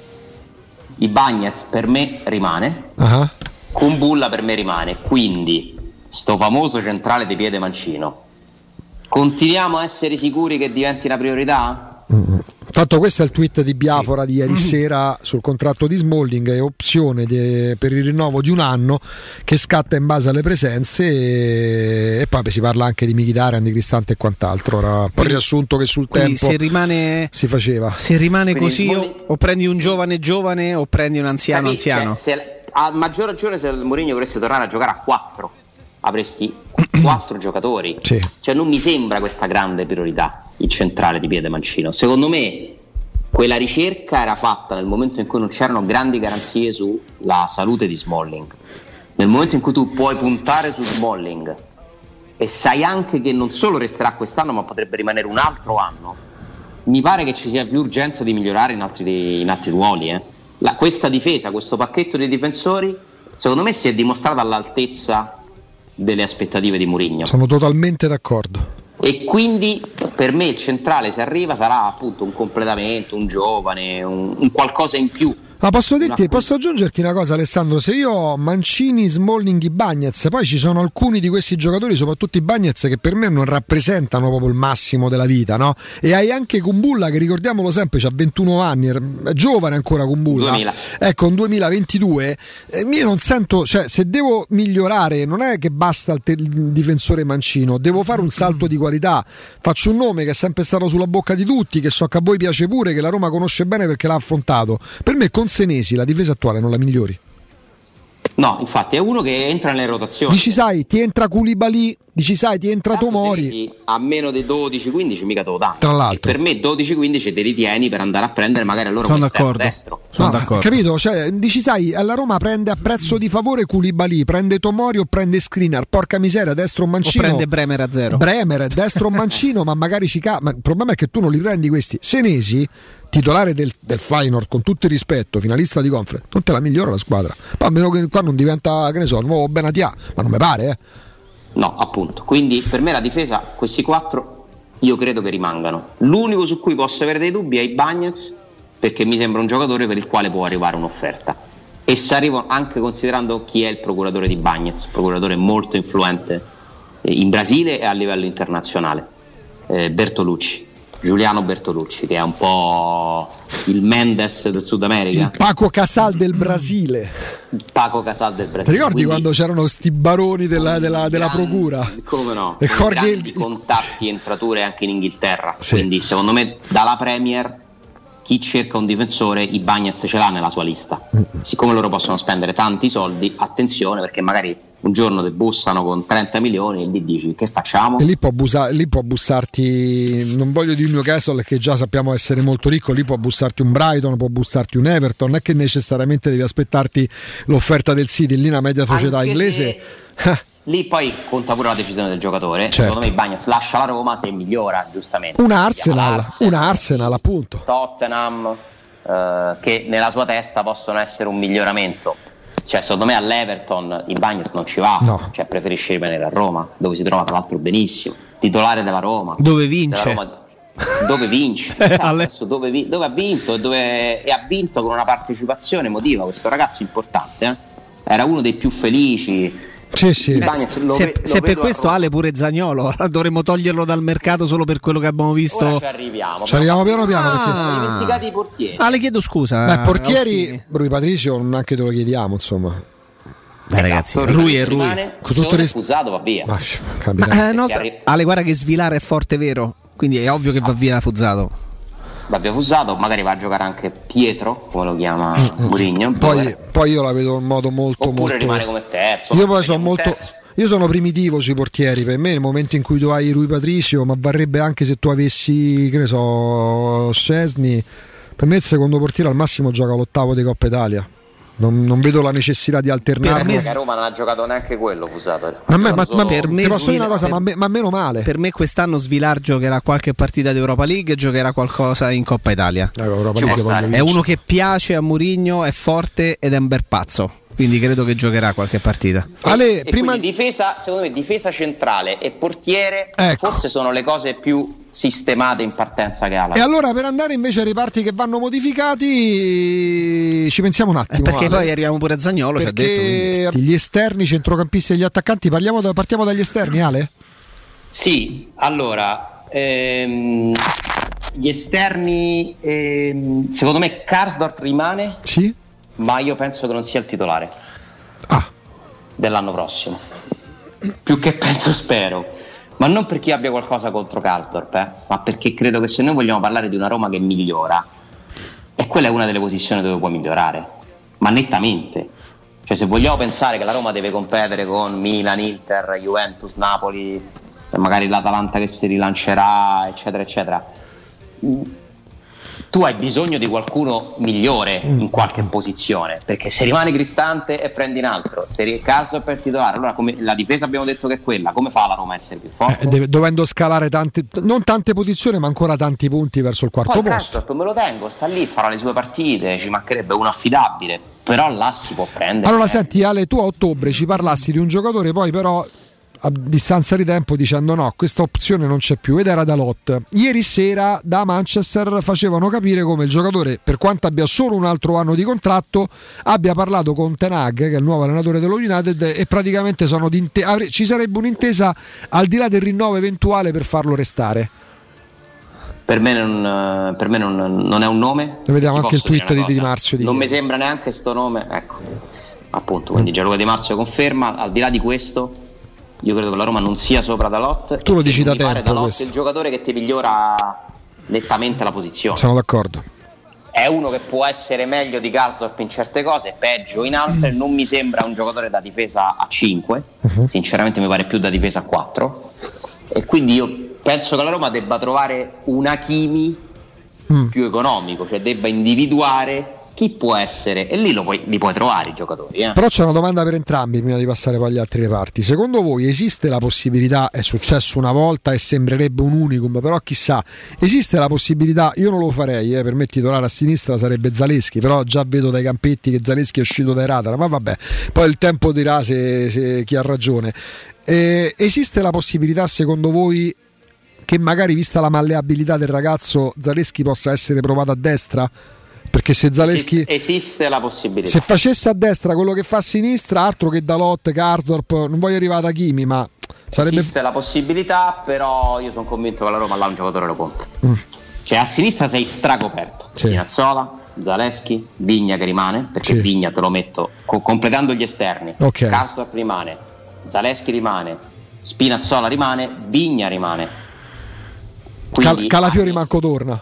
Ibañez per me rimane, uh-huh. Kumbulla per me rimane, quindi sto famoso centrale di piede mancino. Continuiamo a essere sicuri che diventi una priorità? Mm-hmm. Tanto questo è il tweet di Biafora sì. di ieri sera sul contratto di Smalling, è opzione de, per il rinnovo di un anno che scatta in base alle presenze e, e poi si parla anche di Mkhitaryan, di Cristante e quant'altro. Ora un po' riassunto che sul tempo se rimane, si faceva. Se rimane quindi così Smalling... o, o prendi un giovane giovane o prendi un anziano Capì? anziano. Cioè, se, a maggior ragione se il Mourinho volesse tornare a giocare a quattro avresti quattro giocatori, sì. Cioè non mi sembra questa grande priorità il centrale di piede mancino. Secondo me quella ricerca era fatta nel momento in cui non c'erano grandi garanzie sulla salute di Smalling, nel momento in cui tu puoi puntare su Smalling e sai anche che non solo resterà quest'anno ma potrebbe rimanere un altro anno, mi pare che ci sia più urgenza di migliorare in altri, in altri ruoli eh. La, questa difesa, questo pacchetto di difensori secondo me si è dimostrato all'altezza delle aspettative di Mourinho. Sono totalmente d'accordo. E quindi per me il centrale, se arriva, sarà appunto un completamento, un giovane, un, un qualcosa in più. Ma posso dirti, posso aggiungerti una cosa, Alessandro? Se io ho Mancini, Smalling, Ibañez, poi ci sono alcuni di questi giocatori, soprattutto Ibañez, che per me non rappresentano proprio il massimo della vita, no? E hai anche Kumbulla che, ricordiamolo sempre, ha ventuno anni, è giovane ancora Kumbulla. duemila Ecco, un duemilaventidue. Eh, io non sento, cioè, se devo migliorare, non è che basta il, te- il difensore mancino, devo fare un salto di qualità. Faccio un nome che è sempre stato sulla bocca di tutti, che so che a voi piace pure, che la Roma conosce bene perché l'ha affrontato. Per me con Senesi la difesa attuale non la migliori. No, infatti è uno che entra nelle rotazioni. Dici sai, ti entra Koulibaly, dici sai, ti entra Tanto Tomori. Senesi a meno di dodici quindici mica te lo dà. Tra l'altro. E per me dodici quindici te li tieni per andare a prendere magari a loro Sono un esterno d'accordo. destro. Sono No, d'accordo. Capito? Cioè, dici sai, alla Roma prende a prezzo di favore Koulibaly, prende Tomori o prende Skriniar, porca miseria, destro o mancino. O prende Bremer a zero. Bremer, destro o mancino, ma magari ci ca- ma il problema è che tu non li prendi questi. Senesi, titolare del, del Feyenoord, con tutto il rispetto, finalista di Conference, non te la migliora la squadra. Ma a meno che qua non diventa, che ne so, il nuovo Benatia, ma non mi pare, eh. No, appunto. Quindi per me la difesa, questi quattro, io credo che rimangano. L'unico su cui posso avere dei dubbi è Ibañez, perché mi sembra un giocatore per il quale può arrivare un'offerta. E se arrivo anche considerando chi è il procuratore di Ibañez, procuratore molto influente in Brasile e a livello internazionale, eh, Bertolucci. Giuliano Bertolucci, che è un po' il Mendes del Sud America, il Paco Casal del Brasile. Il Paco Casal del Brasile. Ti ricordi Quindi, quando c'erano sti baroni della, della, della grandi, procura? Come no? E con Jorge... grandi contatti e entrature anche in Inghilterra. Sì. Quindi secondo me dalla Premier chi cerca un difensore, Ibañez ce l'ha nella sua lista. Mm-hmm. Siccome loro possono spendere tanti soldi, attenzione, perché magari un giorno ti bussano con trenta milioni e lì dici che facciamo? E lì può, busa- lì può bussarti, non voglio dire Newcastle che già sappiamo essere molto ricco, lì può bussarti un Brighton, può bussarti un Everton, non è che necessariamente devi aspettarti l'offerta del City, lì una media società Anche inglese. Lì poi conta pure la decisione del giocatore. Certo. Secondo me Ibañez lascia la Roma se migliora, giustamente. Un Arsenal, Arsenal, un Arsenal appunto. Tottenham, eh, che nella sua testa possono essere un miglioramento. Cioè, secondo me all'Everton Ibañez non ci va, no. Cioè preferisce rimanere a Roma, dove si trova tra l'altro benissimo, titolare della Roma. Dove vince. Della Roma, dove vince, esatto, dove, vi, dove ha vinto e, dove, e ha vinto con una partecipazione emotiva. Questo ragazzo importante, eh? Era uno dei più felici. Sì, sì. Eh, se, se per questo Ale pure Zaniolo dovremmo toglierlo dal mercato solo per quello che abbiamo visto. Ora ci arriviamo, ci arriviamo piano piano, ah, perché sono dimenticati i portieri. Ale, chiedo scusa. Beh, portieri Rui Patricio neanche te lo chiediamo, insomma. Dai, ragazzi, esatto, Rui e Rui con tutto ris- Fusato va via. Ma, Ma, eh, no, Ale, guarda che Svilar è forte, vero? Quindi è ovvio che va via Fusato. Va via Fusato, magari va a giocare anche Pietro, come lo chiama Mourinho. Poi, poi io la vedo in modo molto Oppure molto. rimane come terzo. Io poi sono molto. Io sono primitivo sui portieri, per me nel momento in cui tu hai Rui Patricio, ma varrebbe anche se tu avessi, che ne so, Szczesny, per me il secondo portiere al massimo gioca l'ottavo di Coppa Italia. Non, non vedo la necessità di alternare. Per me che a Roma non ha giocato neanche quello Fusato. Ma, me, ma, ma per me ti posso dire una cosa, per, ma, me, ma meno male. Per me quest'anno Svilar giocherà qualche partita di Europa League e giocherà qualcosa in Coppa Italia. È uno che piace a Mourinho, è forte ed è un bel pazzo. Quindi credo che giocherà qualche partita. Ale, e prima difesa, secondo me difesa centrale e portiere, ecco, forse sono le cose più sistemate in partenza che ha la... E allora per andare invece ai reparti che vanno modificati ci pensiamo un attimo, eh perché Ale. Poi arriviamo pure a Zaniolo, ci ha detto, gli esterni, i centrocampisti e gli attaccanti, parliamo da, partiamo dagli esterni, Ale? Sì, allora ehm, gli esterni ehm, secondo me Karsdorp rimane, sì, ma io penso che non sia il titolare ah. dell'anno prossimo, più che penso spero. Ma non perché io abbia qualcosa contro Karsdorp, eh, ma perché credo che se noi vogliamo parlare di una Roma che migliora, e quella è una delle posizioni dove può migliorare, ma nettamente. Cioè, se vogliamo pensare che la Roma deve competere con Milan, Inter, Juventus, Napoli, e magari l'Atalanta che si rilancerà, eccetera, eccetera, tu hai bisogno di qualcuno migliore in qualche posizione, perché se rimane Cristante e prendi un altro, se caso per titolare, allora come la difesa abbiamo detto che è quella, come fa la Roma a essere più forte? Eh, deve, dovendo scalare tante, non tante posizioni, ma ancora tanti punti verso il quarto Poi posto. Poi me lo tengo, sta lì, farà le sue partite, ci mancherebbe uno affidabile, però là si può prendere. Allora eh. senti Ale, tu a ottobre ci parlassi di un giocatore, poi però a distanza di tempo dicendo no, questa opzione non c'è più, ed era Dalot. Ieri sera da Manchester facevano capire come il giocatore, per quanto abbia solo un altro anno di contratto, abbia parlato con Ten Hag, che è il nuovo allenatore dello United, e praticamente sono di inte- avre- ci sarebbe un'intesa al di là del rinnovo eventuale per farlo restare. Per me non, per me non, non è un nome. E vediamo anche il tweet di Di Marzio di non mi sembra neanche sto nome, ecco, appunto, quindi Gianluca Di Marzio conferma. Al di là di questo, io credo che la Roma non sia sopra Dalot. Tu lo dici da tempo, Dalot questo. è il giocatore che ti migliora nettamente la posizione. Sono d'accordo. È uno che può essere meglio di Karsdorp in certe cose, peggio in altre. Non mi sembra un giocatore da difesa a cinque, uh-huh. Sinceramente mi pare più da difesa a quattro, e quindi io penso che la Roma debba trovare un Hakimi mm. più economico, cioè debba individuare chi può essere, e lì lo puoi, li puoi trovare i giocatori. Eh. Però c'è una domanda per entrambi prima di passare poi agli altri reparti. Secondo voi esiste la possibilità, è successo una volta e sembrerebbe un unicum, però chissà, esiste la possibilità, io non lo farei, eh, per me titolare a sinistra sarebbe Zaleschi, però già vedo dai campetti che Zaleschi è uscito dai radar, ma vabbè, poi il tempo dirà se, se chi ha ragione. Eh, esiste la possibilità secondo voi che magari, vista la malleabilità del ragazzo, Zaleschi possa essere provato a destra? Perché se Zaleschi esiste, esiste la possibilità, se facesse a destra quello che fa a sinistra, altro che Dalot, Karsdorp, non voglio arrivare da Kimi, ma sarebbe... esiste la possibilità, però io sono convinto che la Roma là un giocatore lo compra. Mm. Cioè a sinistra sei stracoperto, sì. Spinazzola, Zaleschi, Vigna che rimane, perché sì. Vigna te lo metto co- completando gli esterni, okay. Karsdorp rimane, Zaleschi rimane, Spinazzola rimane, Vigna rimane. Quindi, Cal- Calafiori anche... manco torna.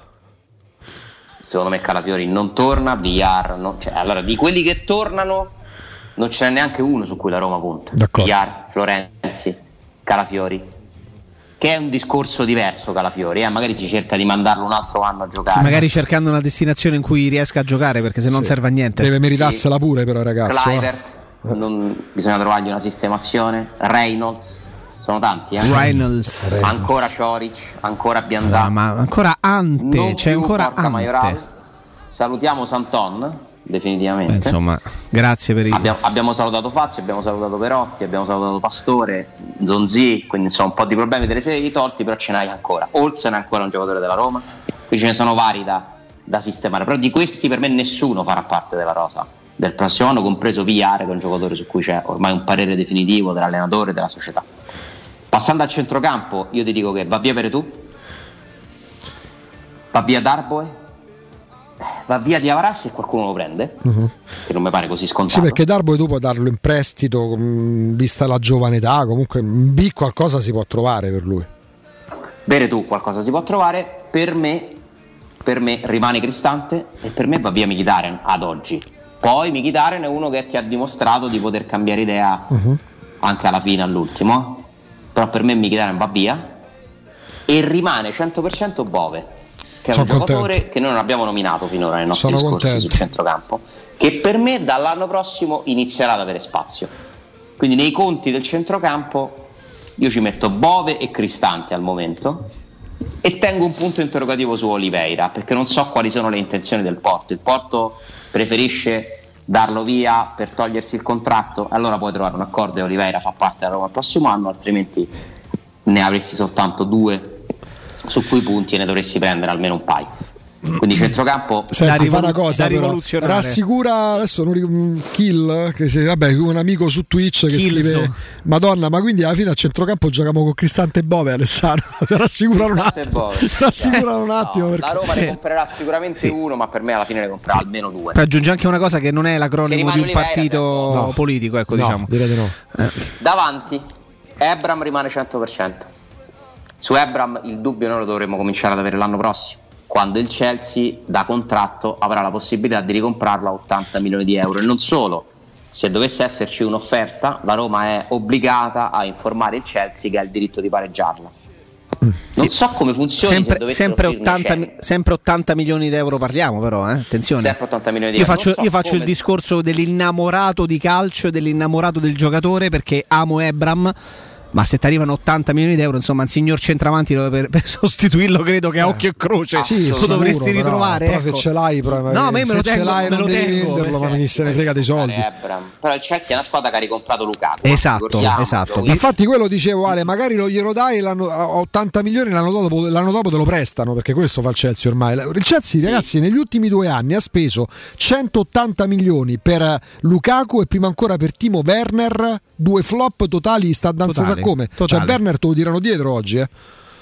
Secondo me Calafiori non torna, Villar no. Cioè, allora di quelli che tornano non ce n'è neanche uno su cui la Roma punta. Villar, Florenzi, Calafiori, che è un discorso diverso. Calafiori, eh? Magari si cerca di mandarlo un altro anno a giocare, sì, magari cercando una destinazione in cui riesca a giocare, perché se non sì. serve a niente. Deve meritarsela sì. pure però ragazzo. Kluivert, eh. non, bisogna trovargli una sistemazione. Reynolds, sono tanti, eh? Reynolds. Reynolds. Ancora Cioric, ancora Biandà, ah, ma ancora Ante, non c'è ancora Ante. Majoral. Salutiamo Santon, definitivamente. Beh, insomma, grazie per il... abbiamo, abbiamo salutato Fazio, abbiamo salutato Perotti, abbiamo salutato Pastore, Zonzi, quindi insomma un po' di problemi te li sei tolti, però ce n'hai ancora. Olsen è ancora un giocatore della Roma, qui ce ne sono vari da, da sistemare, però di questi per me nessuno farà parte della rosa del prossimo anno, compreso Villar, che è un giocatore su cui c'è ormai un parere definitivo dell'allenatore e della società. Passando al centrocampo, io ti dico che va via Veretù, va via Darboe, va via Diawara se qualcuno lo prende, uh-huh. che non mi pare così scontato. Sì, perché Darboe tu puoi darlo in prestito, mh, vista la giovane età, comunque in B qualcosa si può trovare per lui. Veretù qualcosa si può trovare, per me, per me rimane Cristante e per me va via Mkhitaryan ad oggi. Poi Mkhitaryan è uno che ti ha dimostrato di poter cambiare idea uh-huh. anche alla fine, all'ultimo. Però per me Mkhitaryan va via e rimane cento per cento Bove, che è Sono un giocatore contento. Che noi non abbiamo nominato finora nei nostri Sono discorsi contento. sul centrocampo, che per me dall'anno prossimo inizierà ad avere spazio. Quindi nei conti del centrocampo io ci metto Bove e Cristante al momento e tengo un punto interrogativo su Oliveira, perché non so quali sono le intenzioni del Porto. Il Porto preferisce darlo via per togliersi il contratto, allora puoi trovare un accordo e Oliveira fa parte della Roma il prossimo anno, altrimenti ne avresti soltanto due su cui punti e ne dovresti prendere almeno un paio. Quindi centrocampo. Senti, fa una cosa però, rassicura adesso non Kill che se, vabbè, un amico su Twitch che Killso. Scrive Madonna, ma quindi alla fine a centrocampo giochiamo con Cristante e Bove, Alessandro. Rassicurano un attimo, rassicurano un attimo, no, perché... la Roma ne comprerà sicuramente sì. uno, ma per me alla fine ne comprerà sì. almeno due. Aggiunge anche una cosa che non è l'acronimo di un partito no. politico, ecco, no, diciamo direi di no. eh. Davanti Ebram rimane cento per cento. Su Ebram il dubbio noi lo dovremmo cominciare ad avere l'anno prossimo, quando il Chelsea da contratto avrà la possibilità di ricomprarlo a ottanta milioni di euro. E non solo, se dovesse esserci un'offerta, la Roma è obbligata a informare il Chelsea che ha il diritto di pareggiarla. Non so come funzioni. Sempre, se sempre, ottanta, sempre ottanta milioni di euro parliamo, però, eh? Attenzione. Sempre ottanta milioni di io euro. Faccio, so io faccio come... il discorso dell'innamorato di calcio e dell'innamorato del giocatore, perché amo Ebram. Ma se ti arrivano ottanta milioni di euro, insomma, un signor centravanti per, per sostituirlo, credo che a occhio e croce ah, sì, lo sicuro, dovresti però, ritrovare. Però ecco. se ce l'hai, però, no, ma io me lo tengo, ce l'hai me non lo devi tengo, venderlo, ma mi se ne frega dei soldi. Però il Chelsea è una squadra che ha ricomprato Lukaku. Esatto, esatto. Ma infatti quello dicevo, Ale, magari lo glielo dai l'anno, a ottanta milioni l'anno dopo, l'anno dopo te lo prestano, perché questo fa il Chelsea ormai. Il Chelsea, sì. ragazzi, negli ultimi due anni ha speso centottanta milioni per Lukaku e prima ancora per Timo Werner, due flop totali, sta danza sa come. Totali. Cioè Werner te lo tirano dietro oggi, eh?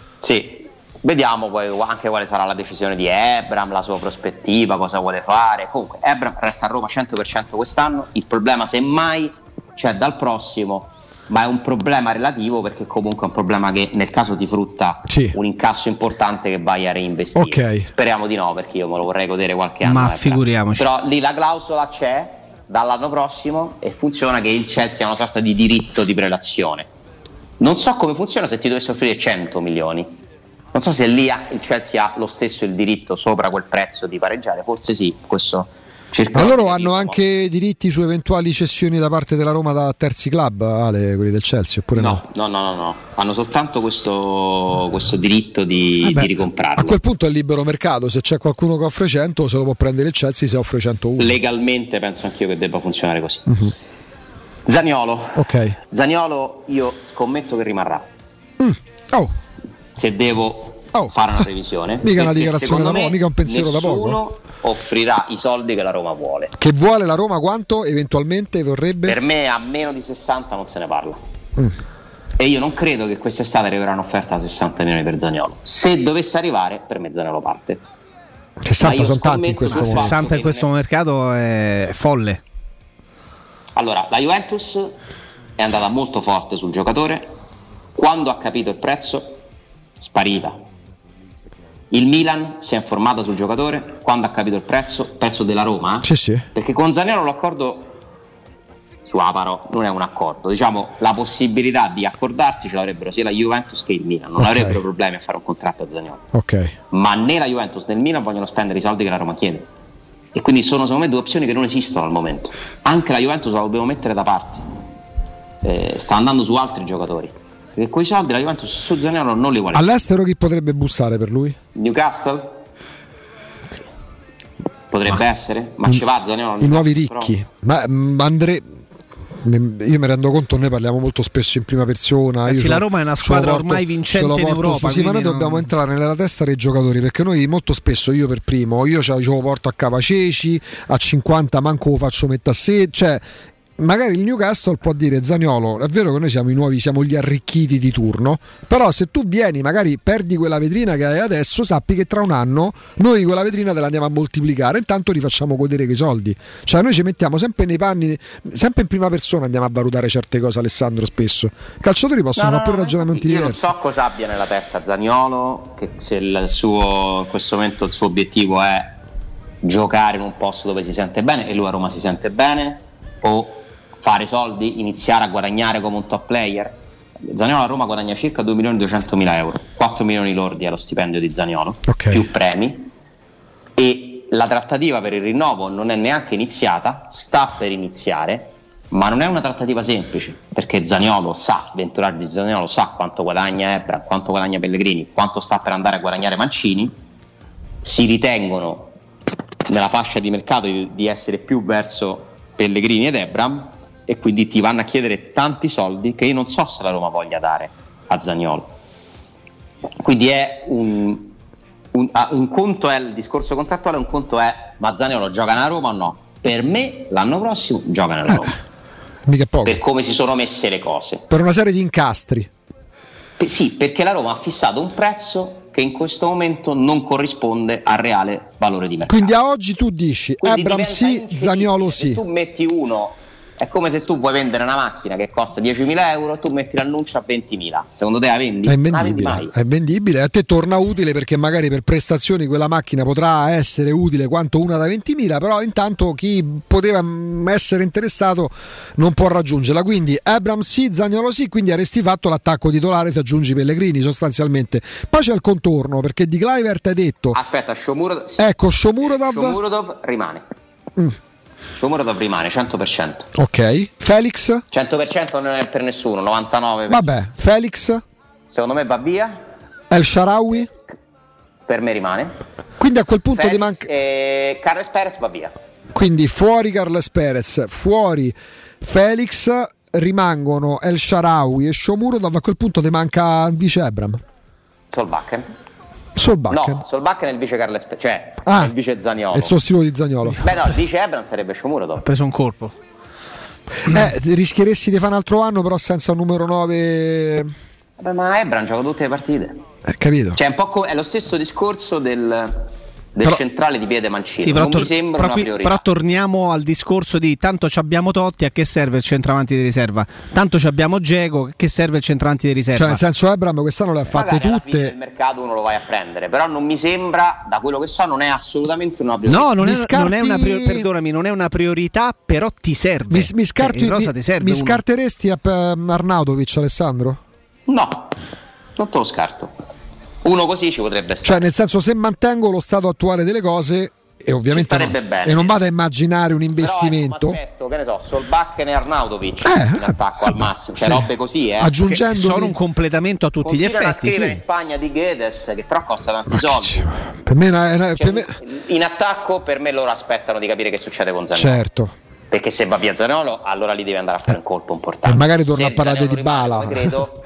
Sì, vediamo poi anche quale sarà la decisione di Ebram, la sua prospettiva, cosa vuole fare. Comunque Ebram resta a Roma cento per cento quest'anno, il problema semmai c'è dal prossimo, ma è un problema relativo, perché comunque è un problema che nel caso ti frutta sì. un incasso importante che vai a reinvestire. Okay. Speriamo di no, perché io me lo vorrei godere qualche anno. Ma figuriamoci. Però lì la clausola c'è dall'anno prossimo e funziona che il Chelsea ha una sorta di diritto di prelazione. Non so come funziona se ti dovesse offrire cento milioni. Non so se lì il Chelsea ha lo stesso il diritto sopra quel prezzo di pareggiare, forse sì, questo Ma loro hanno anche diritti su eventuali cessioni da parte della Roma da terzi club, Ale, quelli del Chelsea, oppure no? No, no, no, no, no. Hanno soltanto questo, questo diritto di, eh beh, di ricomprarlo. A quel punto è libero mercato, se c'è qualcuno che offre cento se lo può prendere il Chelsea se offre centouno. Legalmente penso anch'io che debba funzionare così. Uh-huh. Zaniolo. Ok. Zaniolo io scommetto che rimarrà. Mm. Oh. Se devo oh. fare una revisione. Mica una dichiarazione da poco, mica un pensiero da poco. Nessuno offrirà i soldi che la Roma vuole. Che vuole la Roma quanto eventualmente vorrebbe? Per me a meno di sessanta non se ne parla. Mm. E io non credo che quest'estate arriverà un'offerta da sessanta milioni per Zaniolo. Se dovesse arrivare, per me Zaniolo parte. sessanta sono tanti in questo momento. sessanta in questo mercato è folle. Allora, la Juventus è andata molto forte sul giocatore. Quando ha capito il prezzo, sparita. Il Milan si è informato sul giocatore. Quando ha capito il prezzo, prezzo della Roma, eh? Sì, sì. Perché con Zaniolo l'accordo su Aparo non è un accordo, diciamo la possibilità di accordarsi ce l'avrebbero sia la Juventus che il Milan, non okay. avrebbero problemi a fare un contratto a Zaniolo. Ok. Ma né la Juventus né il Milan vogliono spendere i soldi che la Roma chiede. E quindi sono secondo me due opzioni che non esistono al momento. Anche la Juventus la dobbiamo mettere da parte. Eh, sta andando su altri giocatori. Perché quei soldi la Juventus su Zaniolo non li vuole. All'estero chi potrebbe bussare per lui? Newcastle? Sì. Potrebbe ma, essere, ma ci va Zaniolo. I nuovi ricchi. Però. Ma, ma Andre... io mi rendo conto, noi parliamo molto spesso in prima persona. Anzi, la Roma è una squadra porto, ormai vincente in Europa. Sì, ma noi non... dobbiamo entrare nella testa dei giocatori, perché noi molto spesso, io per primo, io ce lo porto a Cavaceci, a cinquanta manco lo faccio metà a sé, cioè magari il Newcastle può dire Zaniolo, è vero che noi siamo i nuovi, siamo gli arricchiti di turno, però se tu vieni magari perdi quella vetrina che hai adesso, sappi che tra un anno noi quella vetrina te la andiamo a moltiplicare, intanto rifacciamo godere quei soldi, cioè noi ci mettiamo sempre nei panni, sempre in prima persona andiamo a valutare certe cose, Alessandro, spesso i calciatori possono no, fare pure no, ragionamenti io diversi. Io non so cosa abbia nella testa Zaniolo, che se il suo, in questo momento il suo obiettivo è giocare in un posto dove si sente bene, e lui a Roma si sente bene, o fare soldi, iniziare a guadagnare come un top player. Zaniolo a Roma guadagna circa due milioni duecentomila euro, quattro milioni lordi è lo stipendio di Zaniolo, okay. più premi, e la trattativa per il rinnovo non è neanche iniziata, sta per iniziare, ma non è una trattativa semplice, perché Zaniolo sa, l'entourage di Zaniolo sa quanto guadagna Ebra, quanto guadagna Pellegrini, quanto sta per andare a guadagnare Mancini. Si ritengono nella fascia di mercato di, di essere più verso Pellegrini ed Ebram, e quindi ti vanno a chiedere tanti soldi che io non so se la Roma voglia dare a Zaniolo. Quindi è un, un, un conto è il discorso contrattuale, un conto è ma Zaniolo gioca nella Roma o no? Per me l'anno prossimo gioca nella Roma, eh, mica poco. Per come si sono messe le cose, per una serie di incastri. per, sì, perché la Roma ha fissato un prezzo che in questo momento non corrisponde al reale valore di mercato. Quindi a oggi tu dici Ebram sì, Zaniolo sì. Se tu metti uno, è come se tu vuoi vendere una macchina che costa diecimila euro, tu metti l'annuncio a ventimila. Secondo te la vendi? È Non la vendi invendibile, mai. è vendibile. A te torna utile perché magari per prestazioni quella macchina potrà essere utile quanto una da ventimila, però intanto chi poteva essere interessato non può raggiungerla. Quindi Ebram sì, Zaniolo sì, quindi avresti fatto l'attacco titolare se aggiungi Pellegrini sostanzialmente. Poi c'è il contorno, perché di Kluivert hai detto Aspetta, Shomurodov, sì. ecco Shomurodov, Shomurodov rimane. Mm. Shomurodov rimane cento per cento. Ok, Felix? cento per cento non è per nessuno, novantanove per cento. Vabbè, Felix? Secondo me va via. El Shaarawy? Per me rimane. Quindi a quel punto Felix, ti manca. e Carles Perez va via. Quindi fuori Carles Perez, fuori Felix, rimangono El Shaarawy e Shomurodov. A quel punto ti manca il vice Ebram. Solbakken. Solbakken. No, Solbakken è il vice Carles Perez, cioè Ah, è il vice Zaniolo. È il sostituto di Zaniolo. Beh no, il vice Ebram sarebbe Shomurodov. Ha preso un colpo. Eh, rischieresti di fare un altro anno però senza un numero nove. Vabbè, ma Ebram gioca tutte le partite. Eh, capito? Cioè è un po' co- è lo stesso discorso del, del Però- centrale di piede Mancini. Sì, però, non tor- mi sembra però una qui- priorità. però torniamo al discorso di tanto ci abbiamo Totti, a che serve il centravanti di riserva? Tanto ci abbiamo Dzeko, a che serve il centravanti di riserva? Cioè nel senso Ebram quest'anno le ha fatte Magari alla fine del tutte. mercato uno lo vai a prendere, però non mi sembra, da quello che so, non è assolutamente una priorità. No, non è, Mi scarti- non è una prior- perdonami, non è una priorità, però ti serve. Mi, mi, scarti- Cioè, in rosa mi- ti serve mi uno. scarteresti a um, Arnautovic, Alessandro? No, non te lo scarto. Uno così ci potrebbe stare. Cioè nel senso, se mantengo lo stato attuale delle cose, e ovviamente Ci starebbe no, bene. e non vado a immaginare un Però, investimento, ecco, mi aspetto, che ne so, Solbakken e Arnautovic Eh, in attacco al massimo, cioè sì. robe così, eh. aggiungendo Che sono un completamento a tutti gli Continuano a effetti. scrivere in Sì. Spagna di Guedes, che però costa tanti soldi. per me, è una- è una- Cioè, per me in attacco per me loro aspettano di capire che succede con Zaniolo. certo. Perché se va via Zaniolo, allora lì devi andare a fare un colpo importante. E magari torna Se a parlare Zaniolo di rimane, Bala. come credo,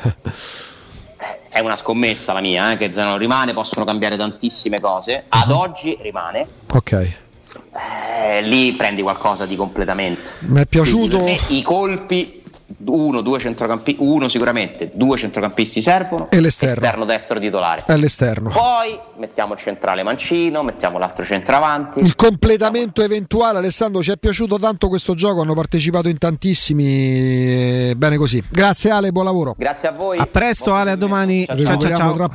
eh, è una scommessa la mia, eh, che Zaniolo rimane, possono cambiare tantissime cose. Ad oggi rimane. Ok. Eh, lì prendi qualcosa di completamento. Mi è piaciuto. Quindi per me i colpi, uno, due centrocampisti, uno sicuramente, due centrocampisti servono, E l'esterno. esterno destro titolare. È all'esterno. Poi mettiamo il centrale Mancino, mettiamo l'altro centravanti. Il completamento eventuale, Alessandro, ci è piaciuto tanto questo gioco, hanno partecipato in tantissimi. Bene così. Grazie Ale, buon lavoro. Grazie a voi. A presto Ale, a domani. Ciao, Ciao ciao Recuperiamo ciao. tra